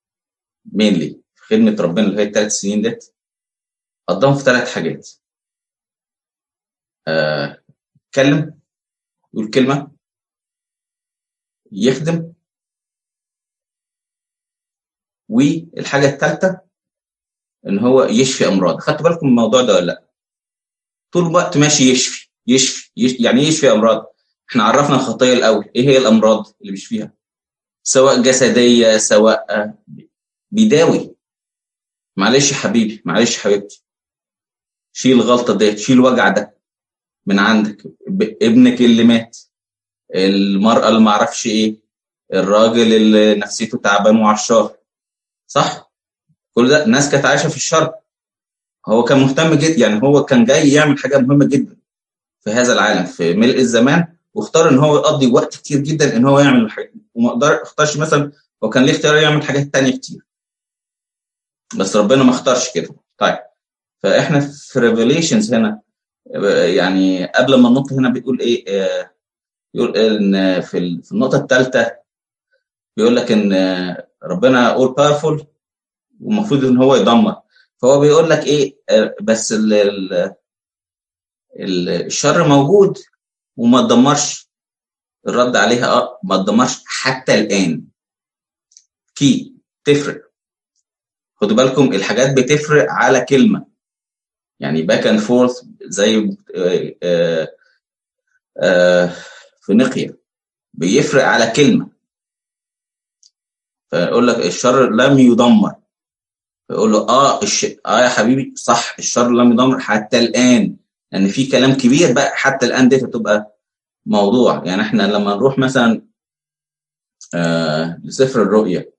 مينلي في خدمة ربنا اللي هي الثلاث سنين ديت، قضاهم في ثلاث حاجات. آه يتكلم، يقول كلمه، يخدم. والحاجه الثالثه ان هو يشفي امراض. خدتوا بالكم من الموضوع ده ولا لا؟ طول الوقت ماشي يشفي يشفي, يشفي. يعني ايه يشفي امراض؟ احنا عرفنا الخطيه الاول، ايه هي الامراض اللي بيشفيها؟ سواء جسديه سواء بيداوي. معلش يا حبيبي، معلش يا حبيبتي، شيل الغلطه دي، شيل الوجع ده من عندك. ابنك اللي مات، المراه اللي ما اعرفش ايه، الراجل اللي نفسيته تعبان وعشار، صح؟ كل ده ناس كانت عايشه في الشر. هو كان مهتم جدا، يعني هو كان جاي يعمل حاجه مهمه جدا في هذا العالم في ملء الزمان، واختار ان هو يقضي وقت كتير جدا ان هو يعمل حاجه، وما قدر اختارش مثلا، هو كان ليه اختيار يعمل حاجات تانية كتير، بس ربنا ما اختارش كده. طيب فاحنا في ريفيليشنز هنا، يعني قبل ما ننط هنا بيقول ايه؟ آه يقول ان في في النقطه الثالثه بيقول لك ان ربنا اول باورفول ومفروض ان هو يدمر. فهو بيقول لك ايه؟ آه بس ال ال الشر موجود وما تدمرش. الرد عليها اه ما تدمرش حتى الان. كي تفرق، خدوا بالكم الحاجات بتفرق على كلمه، يعني باك اند فورث زي آه آه آه فينيقيا بيفرق على كلمه. فيقول لك الشر لم يدمر، فيقول له اه الش... اه يا حبيبي صح، الشر لم يدمر حتى الان، لان يعني في كلام كبير بقى حتى الان دي تبقى موضوع. يعني احنا لما نروح مثلا آه لسفر الرؤيا،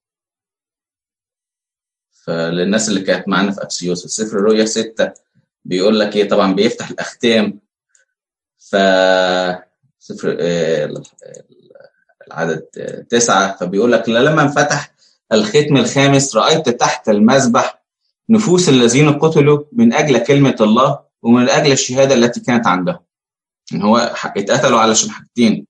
فللناس اللي كانت معانا في اكسيوس، سفر الرؤيا ستة بيقول لك ايه؟ طبعا بيفتح الاختام. ف سفر آه العدد تسعة، فبيقول لك لما انفتح الختم الخامس رأيت تحت المذبح نفوس الذين قتلوا من أجل كلمة الله ومن أجل الشهادة التي كانت عندهم. إن هو اتقتلوا علشان حاجتين.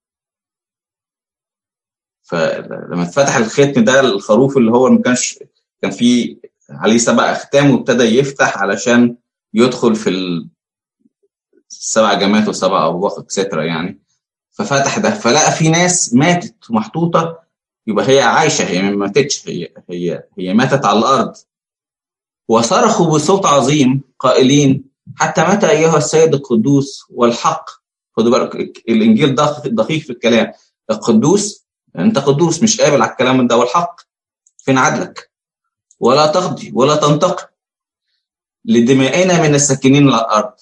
فلما اتفتح الختم ده، الخروف اللي هو ما كانش كان فيه عليه سبع أختام، وابتدى يفتح علشان يدخل في السبع جمات وسبع أبواق اكسترا يعني. ففتح ده فلقى في ناس ماتت ومحطوطة، يبقى هي عايشة، هي ما ماتتش، هي هي هي ماتت على الأرض. وصرخوا بصوت عظيم قائلين حتى متى أيها السيد القدوس والحق. خدوا بالك الإنجيل دقيق في الكلام. القدوس يعني أنت قدوس، مش قابل على الكلام ده. والحق فين عدلك؟ ولا تقضي ولا تنتقم لدمائنا من الساكنين على الأرض.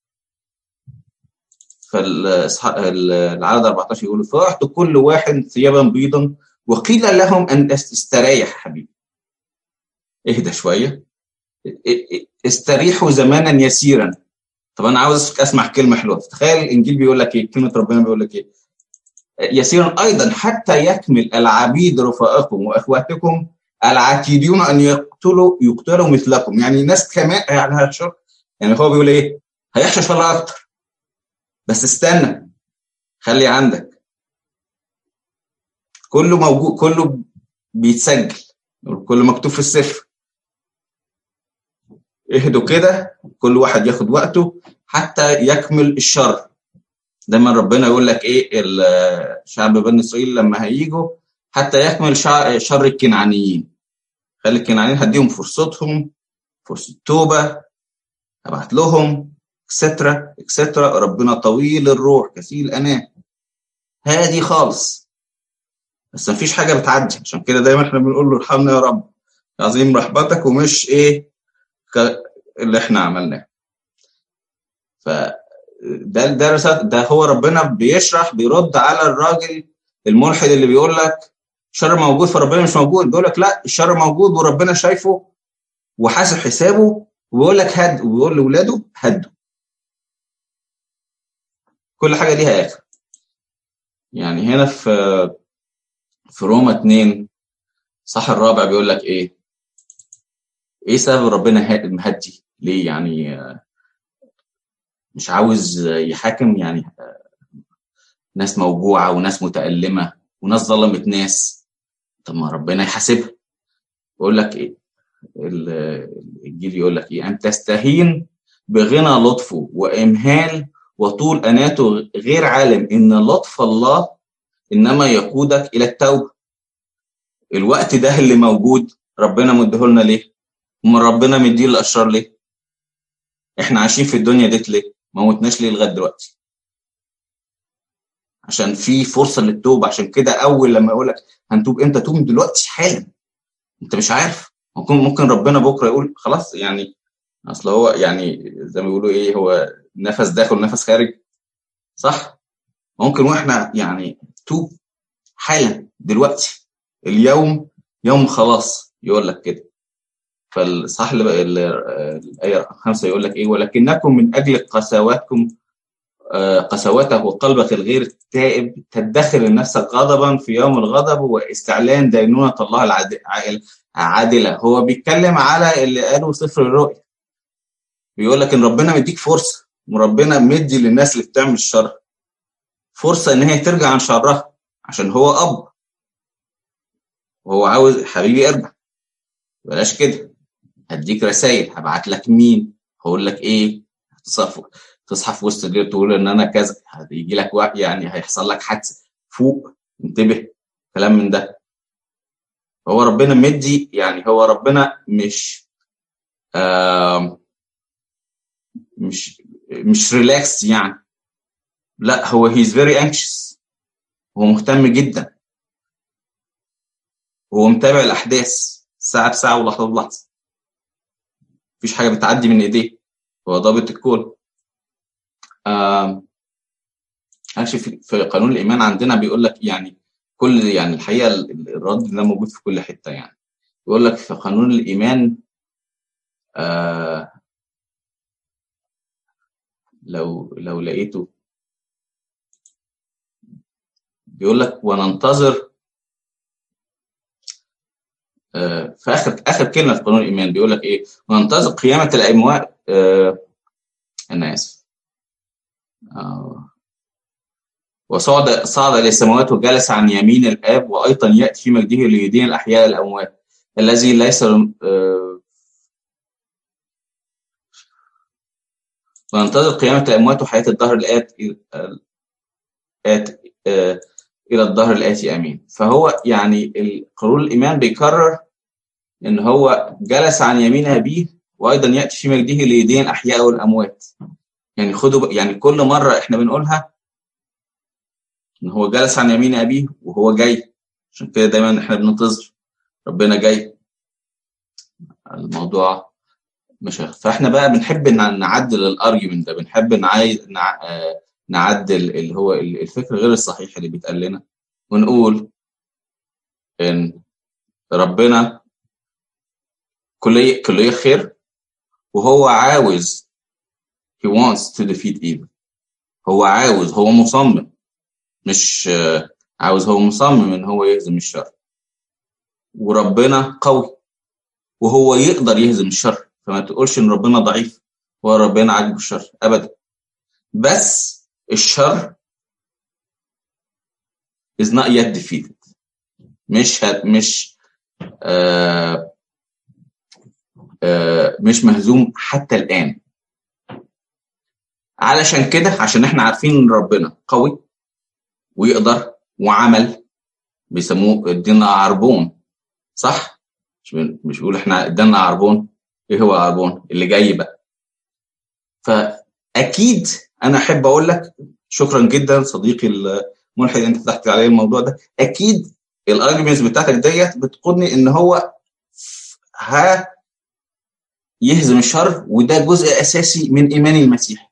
فالعدد أربعة عشر يقول فأعطوا كل واحد ثيابا بيضا وقيل لهم أن استريح. حبيبي اهدى شوية، استريحوا زمانا يسيرا. طب أنا عاوز أسمع كلمة حلوة. تخيل الإنجيل بيقول لك إيه؟ كلمة ربنا بيقول لك إيه؟ يسيرا أيضا حتى يكمل العبيد رفائكم وأخواتكم العتيدون أن يقتلوا يقتلوا مثلكم. يعني ناس كمان يعني هتشر، يعني هو بيقول إيه؟ هيحشى شر أكتر، بس استنى خلي عندك كله موجود، كله بيتسجل، كله مكتوب في السفر. اهدوا كده، كل واحد ياخد وقته حتى يكمل الشر. دايما ربنا يقول لك ايه؟ الشعب بني اسرائيل لما هيجوا حتى يكمل شر الكنعانيين. خلي الكنعانيين هديهم فرصتهم، فرصة توبة، هبعت لهم اكسترا اكسترا. ربنا طويل الروح كثير الأناة، هادي خالص، بس مفيش حاجة بتعدي. عشان كده دايما احنا بنقول له ارحمنا يا رب، عظيم رحمتك، ومش ايه اللي احنا عملناه. ف ده ده ده هو ربنا بيشرح، بيرد على الراجل الملحد اللي بيقول لك الشر موجود فربنا مش موجود. بيقول لك لا، الشر موجود وربنا شايفه وحاسب حسابه، وبيقول لك هد، وبيقول لاولاده هدوا. كل حاجه ليها اخر. يعني هنا في في روما اتنين صح الرابع بيقول لك ايه؟ ايه سبب ربنا مهدي ليه؟ يعني مش عاوز يحاكم، يعني ناس موجوعه وناس متألمه وناس ظلمت ناس، طب ما ربنا يحاسبها. يقول لك ايه الانجيل؟ يقول لك ايه؟ ان تستهين بغنى لطفه وامهال وطول أناته غير عالم إن لطف الله إنما يقودك إلى التوبة. الوقت ده اللي موجود ربنا مديهولنا ليه؟ ومن ربنا مديه للأشرار ليه؟ إحنا عايشين في الدنيا ديت ليه؟ ما موتناش ليه لغاية دلوقتي؟ عشان في فرصة للتوبة. عشان كده أول لما يقولك هنتوب إمتى؟ توب دلوقتي حالا. أنت مش عارف، ممكن ممكن ربنا بكرة يقول خلاص. يعني أصل هو يعني زي ما بيقولوا إيه، هو نفس داخل نفس خارج، صح؟ ممكن وإحنا يعني توب حالا دلوقتي، اليوم يوم خلاص يقول لك كده. فالصح الآية خمسة يقول لك إيه؟ ولكنكم من أجل قساوتكم قسوته وقلبك الغير التائب تدخر النفس غضبا في يوم الغضب واستعلان دينونة الله العادلة. هو بيتكلم على اللي قاله سفر الرؤيا، بيقول لك إن ربنا مديك فرصة، وربنا مدي للناس اللي بتعمل الشر فرصة إن هي ترجع عن شرها، عشان هو أب وهو عاوز حبيبي ارجع، بلاش كده. هديك رسائل، هبعت لك مين، هقول لك ايه، تصحى تصحى في وسط الليل تقول ان انا كذا، هيجي لك وقت يعني هيحصل لك حادثه، فوق انتبه، كلام من ده. هو ربنا مدي، يعني هو ربنا مش آه مش مش ريلاكس يعني، لا هو هيز فيري انكشس، هو مهتم جدا، هو متابع الاحداث ساعه بساعه ولحظه بلحظه، مفيش حاجه بتعدي من ايديه، هو ضابط الكل. آه في قانون الإيمان عندنا بيقول لك يعني كل يعني الحقيقة الرد ده موجود في كل حتة. يعني بيقول لك في قانون الإيمان آه لو لو لقيته بيقول لك وننتظر آه في آخر آخر كلمة في قانون الإيمان بيقول لك إيه؟ وننتظر قيامة الأموات. آه أنا آسف آه وصعد صعد إلى السماوات وجلس عن يمين الآب وأيضا يأتي في مجده ليدين الأحياء الأموات الذي ليس آه وننتظر قيامة الأموات وحياة الدهر الآتي آت آه إلى الدهر الآتي آمين. فهو يعني قانون الإيمان بيكرر إن هو جلس عن يمين أبيه وأيضا يأتي في مجده ليدين الأحياء والأموات. يعني خدوا يعني كل مرة إحنا بنقولها إن هو جلس عن يمين أبيه وهو جاي، عشان كده دايما إحنا بننتظر ربنا جاي. الموضوع مش هيخ. فإحنا بقى بنحب نعدل الأرجيومنت ده، بنحب نعايز نع... نعدل اللي هو الفكر غير الصحيح اللي بيتقال لنا، ونقول إن ربنا كلية كلية خير، وهو عاوز he wants to defeat evil. هو عاوز، هو مصمم، مش عاوز، هو مصمم إن هو يهزم الشر. وربنا قوي وهو يقدر يهزم الشر، فما تقولش إن ربنا ضعيف هو ربنا عاجبه الشر أبدا. بس الشر is not yet defeated، مش هت مش آه آه مش مهزوم حتى الآن. علشان كده عشان احنا عارفين ان ربنا قوي ويقدر وعمل، بيسموه ادينا عربون، صح؟ مش مش بيقول احنا ادينا عربون. ايه هو عربون اللي جاي بقى؟ فاكيد انا احب اقول لك شكرا جدا صديقي الملحد، انت فتحت علي الموضوع ده. اكيد الارجيومنتس بتاعتك ديت بتقولني ان هو ها يهزم الشر، وده جزء اساسي من ايمان المسيح.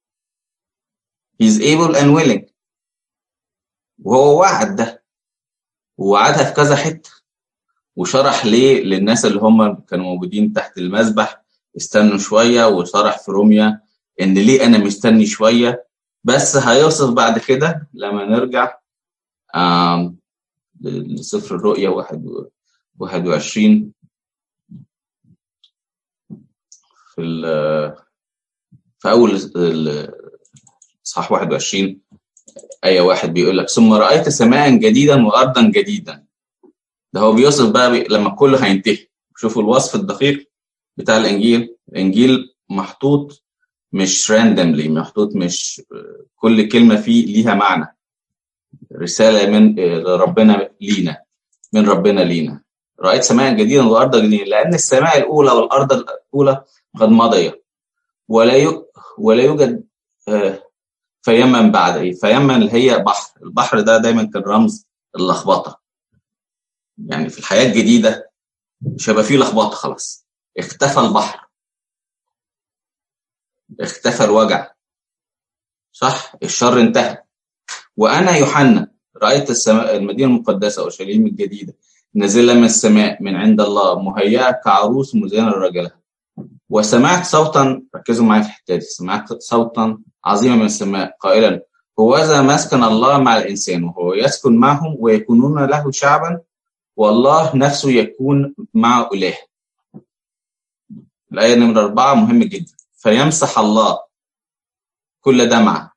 he's able and willing، وهو وعد ده ووعدها في كذا حته، وشرح ليه للناس اللي هم كانوا موجودين تحت المذبح استنوا شويه، وشرح في روميا ان ليه انا مستني شويه. بس هيوصف بعد كده لما نرجع لسفر الرؤيا واحد وعشرين في في اول صح واحد وعشرين آية واحد بيقول لك ثم رأيت سماء جديدا وأرضا جديدا. ده هو بيوصف بقى بي... لما كله هينتهي. شوفوا الوصف الدقيق بتاع الإنجيل. الإنجيل محطوط مش راندملي محطوط، مش كل كلمة فيه ليها معنى، رسالة من ربنا لينا، من ربنا لينا. رأيت سماء جديدا وأرضا جديدا، لأن السماء الأولى والأرض الأولى قد مضيا ولا ولا يوجد فيما بعد. ايه فيما؟ اللي هي بحر. البحر ده دايما كان رمز اللخبطه، يعني في الحياه الجديده مش هيبقى فيه لخبطه، خلاص اختفى البحر، اختفى الوجع، صح، الشر انتهى. وانا يوحنا رايت السماء المدينه المقدسه اورشليم الجديده نازله من السماء من عند الله، مهيئه كعروس مزينه لرجلها. وسمعت صوتا، ركزوا معايا في الحته دي، سمعت صوتا عظيما من السماء قائلا: هوذا مسكن الله مع الانسان، وهو يسكن معهم ويكونون له شعبا، والله نفسه يكون مع اله. الايه نمره اربعه مهمه جدا. فيمسح الله كل دمعه.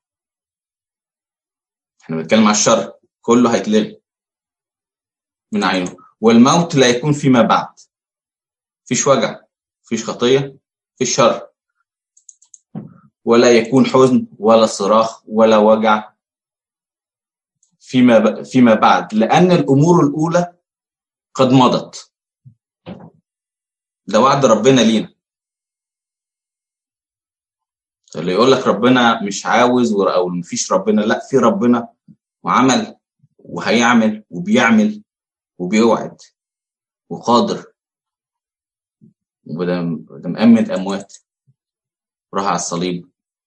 احنا بنتكلم على الشر، كله هيتلغي من عينه، والموت لا يكون فيما بعد. فيش وجع، فيش خطيه، فيش شر، ولا يكون حزن ولا صراخ ولا وجع فيما فيما بعد، لأن الأمور الأولى قد مضت. ده وعد ربنا لينا. اللي يقول لك ربنا مش عاوز أو مفيش ربنا، لا، في ربنا وعمل وهيعمل وبيعمل وبيوعد وقادر، وده مأمن أموات، راح على الصليب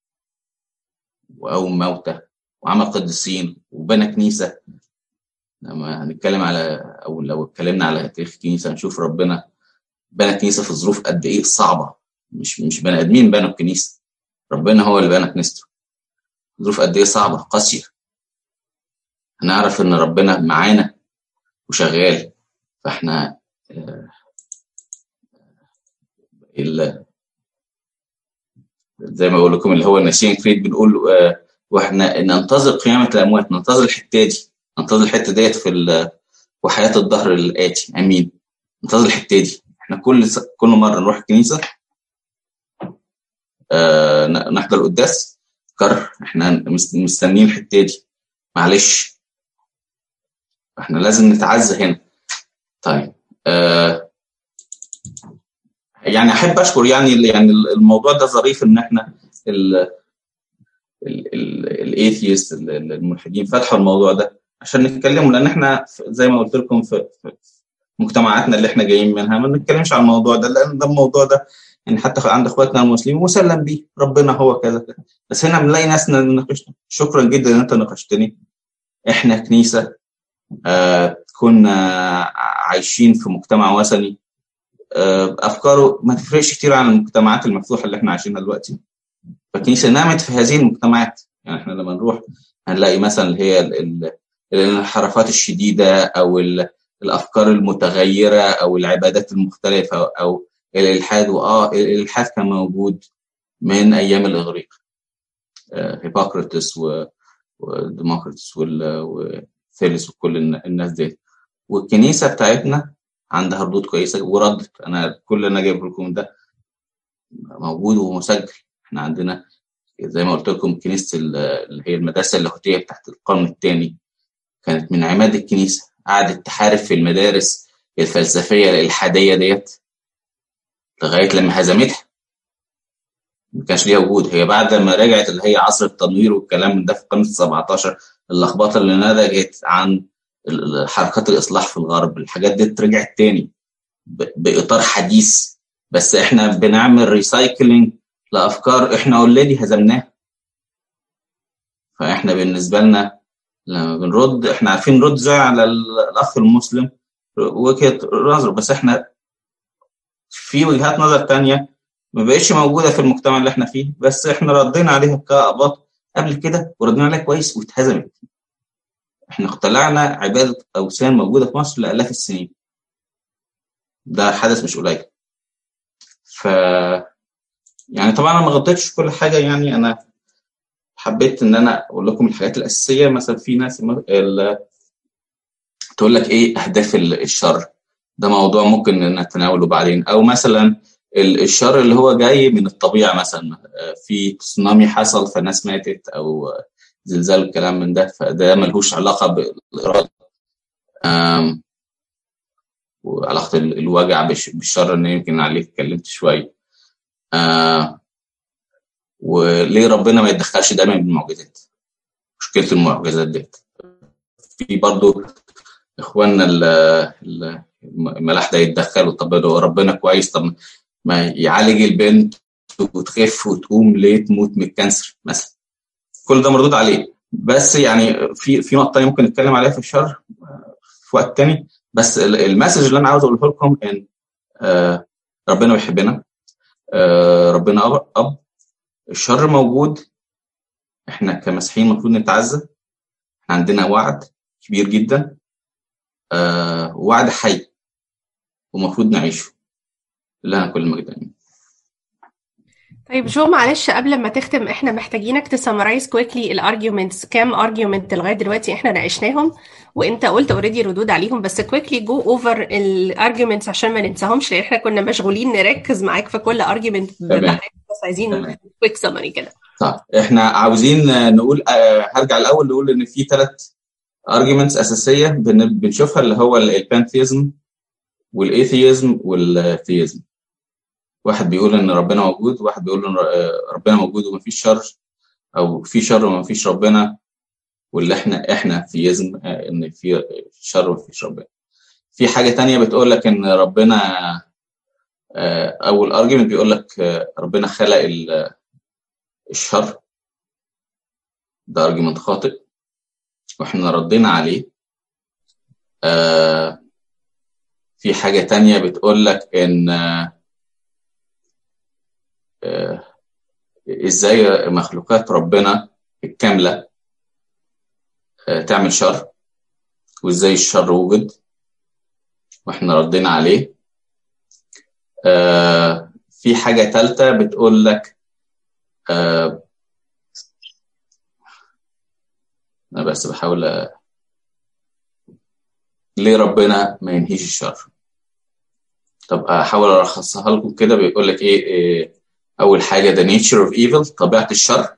وقوم موتى وعمل قديسين وبنى كنيسة. لما هنتكلم على أو لو اتكلمنا على تاريخ الكنيسة هنشوف ربنا بنى كنيسة في ظروف قد إيه صعبة. مش مش بني آدمين بنوا الكنيسة، ربنا هو اللي بنى كنيسته. ظروف قد إيه صعبة قاسية. هنعرف إن ربنا معانا وشغال. فإحنا آه زي ما بقول لكم اللي هو الناشئين كريد بنقول آه واحنا ننتظر قيامة الأموات، ننتظر الحتة دي، ننتظر الحتة ديت في وحياة الظهر الآتي. أمين. ننتظر الحتة دي. احنا كل كل مرة نروح الكنيسة آه نحضر القداس كر، احنا مستنيين الحتة دي، معلش احنا لازم نتعزى هنا. طيب آه يعني احب اشكر يعني يعني الموضوع ده ظريف ان احنا الايثيست الملحدين فتحوا الموضوع ده عشان نتكلموا، لان احنا زي ما قلت لكم في مجتمعاتنا اللي احنا جايين منها ما بنتكلمش عن الموضوع ده، لان ده الموضوع ده يعني حتى عند اخواتنا المسلمين مسلم بيه، ربنا هو كذا، بس هنا بنلاقي ناس نناقشنا. شكرا جدا ان انت ناقشتني. احنا كنيسه آه كنا عايشين في مجتمع وثني آه افكاره ما تفرقش كتير عن المجتمعات المفتوحه اللي احنا عايشينها دلوقتي. فالكنيسه نامت في هذه المجتمعات. يعني احنا لما نروح هنلاقي مثلا اللي هي الانحرافات الشديده او الافكار المتغيره او العبادات المختلفه او الالحاد. واه الالحاد كان موجود من ايام الاغريق، هيبوكراتس وديموكريتس وثالث وكل الناس دي. والكنيسه بتاعتنا عندها ردود كويسه وردت. انا كل اللي انا جايبه لكم ده موجود ومسجل. احنا عندنا زي ما قلت لكم كنيسه اللي هي المدرسه اللاهوتيه بتاعت القرن الثاني كانت من عماد الكنيسه، قعدت تحارب في المدارس الفلسفيه الالحاديه ديت لغايه لما هزمتها. ما كانش ليها وجود. هي بعد ما رجعت اللي هي عصر التنوير والكلام من ده في القرن السبعتاشر، اللخبطه اللي نتجت عن حركات الاصلاح في الغرب، الحاجات دي رجعت تاني باطار حديث، بس احنا بنعمل ريسايكلينج لافكار احنا اوريدي هزمناها. فاحنا بالنسبه لنا لما بنرد احنا عارفين نرد زي على الاخ المسلم وجهه نظره، بس احنا في وجهات نظر تانية ما بقتش موجوده في المجتمع اللي احنا فيه، بس احنا ردينا عليها كأقباط قبل كده وردينا عليها كويس واتهزمت. احنا اختلعنا عباده اوثان موجوده في مصر لالاف السنين. ده حدث مش قليل. ف يعني طبعا انا ما غطيتش كل حاجه، يعني انا حبيت ان انا اقول لكم الحاجات الاساسيه. مثلا في ناس تقول لك ايه اهداف الشر، ده موضوع ممكن نتناوله بعدين. او مثلا الشر اللي هو جاي من الطبيعه، مثلا في تسونامي حصل فالناس ماتت، او زلزال الكلام من ده، فده ملهوش علاقه بالاراده. وعلاقه الوجع بالشر ان يمكن عليه اتكلمت شويه. آه وليه ربنا ما يتدخلش دايما بالمعجزات؟ مشكله المعجزات دي في برضو اخواننا الملاحده يتدخلوا. طب لو ربنا كويس، طب ما يعالج البنت وتخف وتقوم، ليه تموت من الكانسر مثلا؟ كل ده مردود عليه. بس يعني في في نقطه ممكن نتكلم عليها في الشر في وقت تاني. بس المسج اللي انا عاوز اقوله لكم ان آه ربنا بيحبنا، آه ربنا اب اب الشر موجود. احنا كمسيحيين المفروض نتعزى. احنا عندنا وعد كبير جدا، آه وعد حي ومفروض نعيشه. لنا كل مجد. طيب جو، معلش قبل ما تختم احنا محتاجينك تسمرايز كويكلي الارجيومنتس. كام ارجيومنت لغايه دلوقتي احنا ناقشناهم وانت قلت اوريدي ردود عليهم، بس كويكلي جو اوفر الارجيومنتس عشان ما ننساهمش، لان احنا كنا مشغولين نركز معاك في كل ارجيومنت بحاجه، بس عايزين كويك سمري كده. طيب احنا عاوزين نقول، هرجع الاول نقول ان في ثلاث ارجيومنتس اساسيه بنشوفها، اللي هو البانثيزم والايثيزم والثيزم. واحد بيقول ان ربنا موجود، واحد بيقول ان ربنا موجود ومفيش شر، او في شر ومفيش ربنا، واللي احنا احنا ثيزم، ان في شر ومفيش ربنا. في حاجه تانية بتقول لك ان ربنا، اول ارجيومنت بيقول لك ربنا خلق الشر. ده ارجيومنت خاطئ واحنا ردينا عليه. آه في حاجة تانية بتقول لك ان آه ازاي مخلوقات ربنا الكاملة آه تعمل شر، وازاي الشر وجد، واحنا ردينا عليه. آه في حاجة تالتة بتقول لك آه انا بس بحاول أ... ليه ربنا ما ينهيش الشر. طب احاول الخصها لكم كده. بيقول لك ايه, إيه اول حاجه the nature of evil، طبيعه الشر.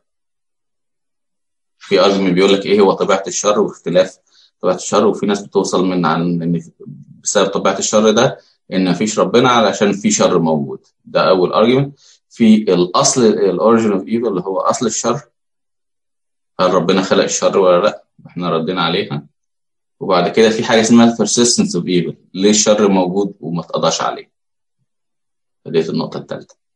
في ارجمنت بيقول لك ايه هو طبيعه الشر واختلاف طبيعه الشر، وفي ناس بتوصل من عن ان بسبب طبيعه الشر ده ان مفيش ربنا علشان في شر موجود. ده اول ارجمنت. في الاصل الاوريجين اوف ايفل اللي هو اصل الشر، هل ربنا خلق الشر ولا لا؟ احنا ردينا عليها. وبعد كده في حاجه اسمها persistence of evil، ليه الشر موجود وما اتقضاش عليه. دي النقطه الثالثه.